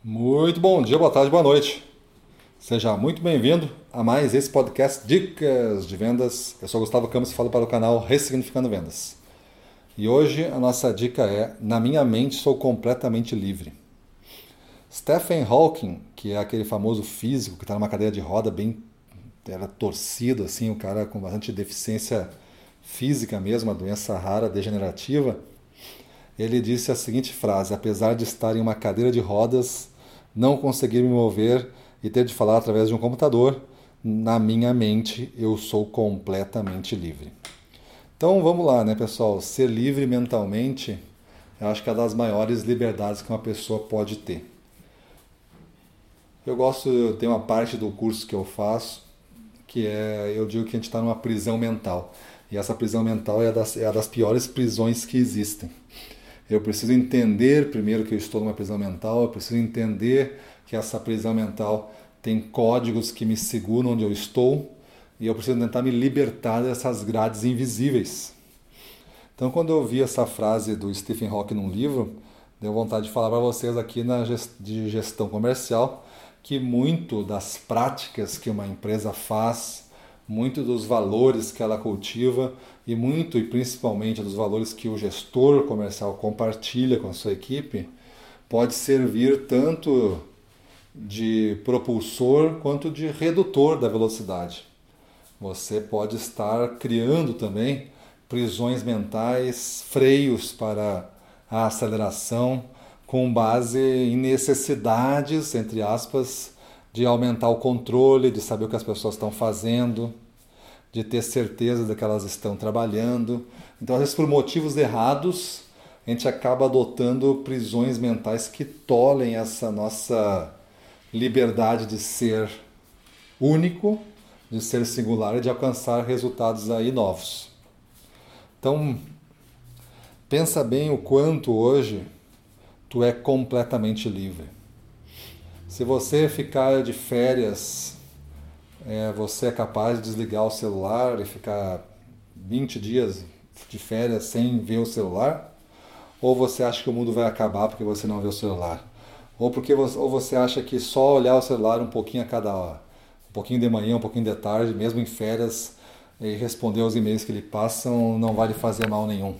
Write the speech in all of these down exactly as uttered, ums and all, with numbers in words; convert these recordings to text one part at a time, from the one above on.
Muito bom dia, boa tarde, boa noite. Seja muito bem-vindo a mais esse podcast Dicas de Vendas. Eu sou Gustavo Campos e falo para o canal Ressignificando Vendas. E hoje a nossa dica é: na minha mente sou completamente livre. Stephen Hawking, que é aquele famoso físico que está numa cadeira de roda bem era torcido, assim, o cara com bastante deficiência física mesmo, uma doença rara, degenerativa, ele disse a seguinte frase: apesar de estar em uma cadeira de rodas, não conseguir me mover e ter de falar através de um computador, na minha mente eu sou completamente livre. Então vamos lá, né, pessoal? Ser livre mentalmente, eu acho que é uma das maiores liberdades que uma pessoa pode ter. Eu gosto, tem uma parte do curso que eu faço que é, eu digo que a gente está numa prisão mental. E essa prisão mental é, das, é a das piores prisões que existem. Eu preciso entender primeiro que eu estou numa prisão mental, eu preciso entender que essa prisão mental tem códigos que me seguram onde eu estou e eu preciso tentar me libertar dessas grades invisíveis. Então, quando eu vi essa frase do Stephen Hawking num livro, deu vontade de falar para vocês aqui na gest- de gestão comercial que muito das práticas que uma empresa faz, muito dos valores que ela cultiva e muito e principalmente dos valores que o gestor comercial compartilha com a sua equipe, pode servir tanto de propulsor quanto de redutor da velocidade. Você pode estar criando também prisões mentais, freios para a aceleração, com base em necessidades, entre aspas, de aumentar o controle, de saber o que as pessoas estão fazendo, de ter certeza de que elas estão trabalhando. Então, às vezes, por motivos errados, a gente acaba adotando prisões mentais que tolhem essa nossa liberdade de ser único, de ser singular e de alcançar resultados aí novos. Então, pensa bem o quanto hoje tu é completamente livre. Se você ficar de férias, é, você é capaz de desligar o celular e ficar vinte dias de férias sem ver o celular? Ou você acha que o mundo vai acabar porque você não vê o celular? Ou porque você, ou você acha que só olhar o celular um pouquinho a cada hora, um pouquinho de manhã, um pouquinho de tarde, mesmo em férias, e responder aos e-mails que lhe passam não vai lhe fazer mal nenhum?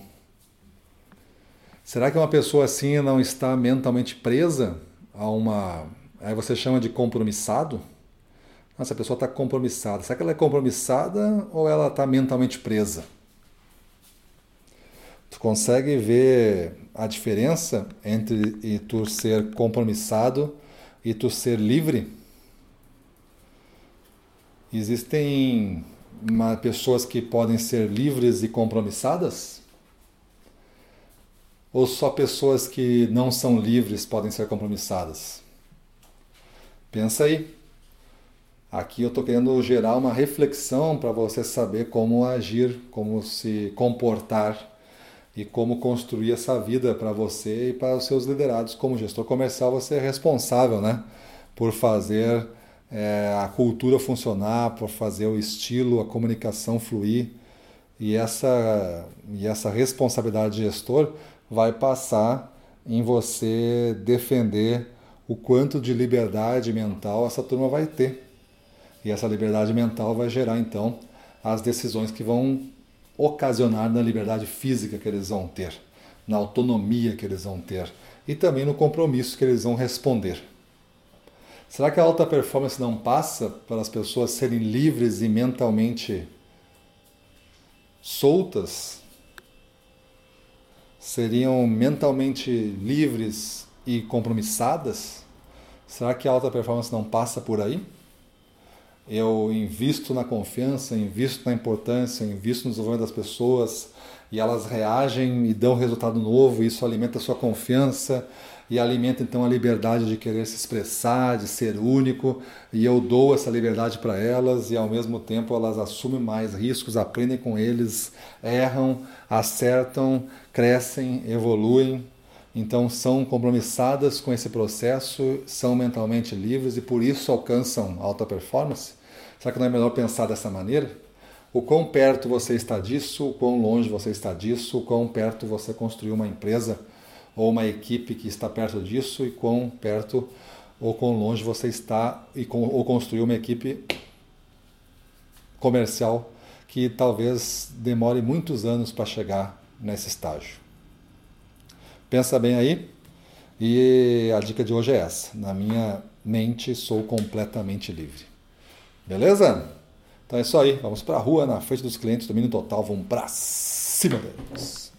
Será que uma pessoa assim não está mentalmente presa a uma... Aí você chama de compromissado? Nossa, a pessoa está compromissada. Será que ela é compromissada ou ela está mentalmente presa? Tu consegue ver a diferença entre tu ser compromissado e tu ser livre? Existem uma, pessoas que podem ser livres e compromissadas? Ou só pessoas que não são livres podem ser compromissadas? Pensa aí. Aqui eu estou querendo gerar uma reflexão para você saber como agir, como se comportar e como construir essa vida para você e para os seus liderados. Como gestor comercial, você é responsável, né, por fazer é, a cultura funcionar, por fazer o estilo, a comunicação fluir. E essa, e essa responsabilidade de gestor vai passar em você defender o quanto de liberdade mental essa turma vai ter. E essa liberdade mental vai gerar, então, as decisões que vão ocasionar na liberdade física que eles vão ter, na autonomia que eles vão ter e também no compromisso que eles vão responder. Será que a alta performance não passa pelas pessoas serem livres e mentalmente soltas? Seriam mentalmente livres e compromissadas? Será que a alta performance não passa por aí? Eu invisto na confiança, invisto na importância, invisto no desenvolvimento das pessoas e elas reagem e dão resultado novo, e isso alimenta a sua confiança e alimenta então a liberdade de querer se expressar, de ser único, e eu dou essa liberdade para elas e ao mesmo tempo elas assumem mais riscos, aprendem com eles, erram, acertam, crescem, evoluem. Então são compromissadas com esse processo, são mentalmente livres e por isso alcançam alta performance? Será que não é melhor pensar dessa maneira? O quão perto você está disso, o quão longe você está disso, o quão perto você construiu uma empresa ou uma equipe que está perto disso e quão perto ou quão longe você está e com, ou construir uma equipe comercial que talvez demore muitos anos para chegar nesse estágio. Pensa bem aí, e a dica de hoje é essa: na minha mente sou completamente livre. Beleza? Então é isso aí, vamos para a rua, na frente dos clientes, domínio total, vamos para cima deles.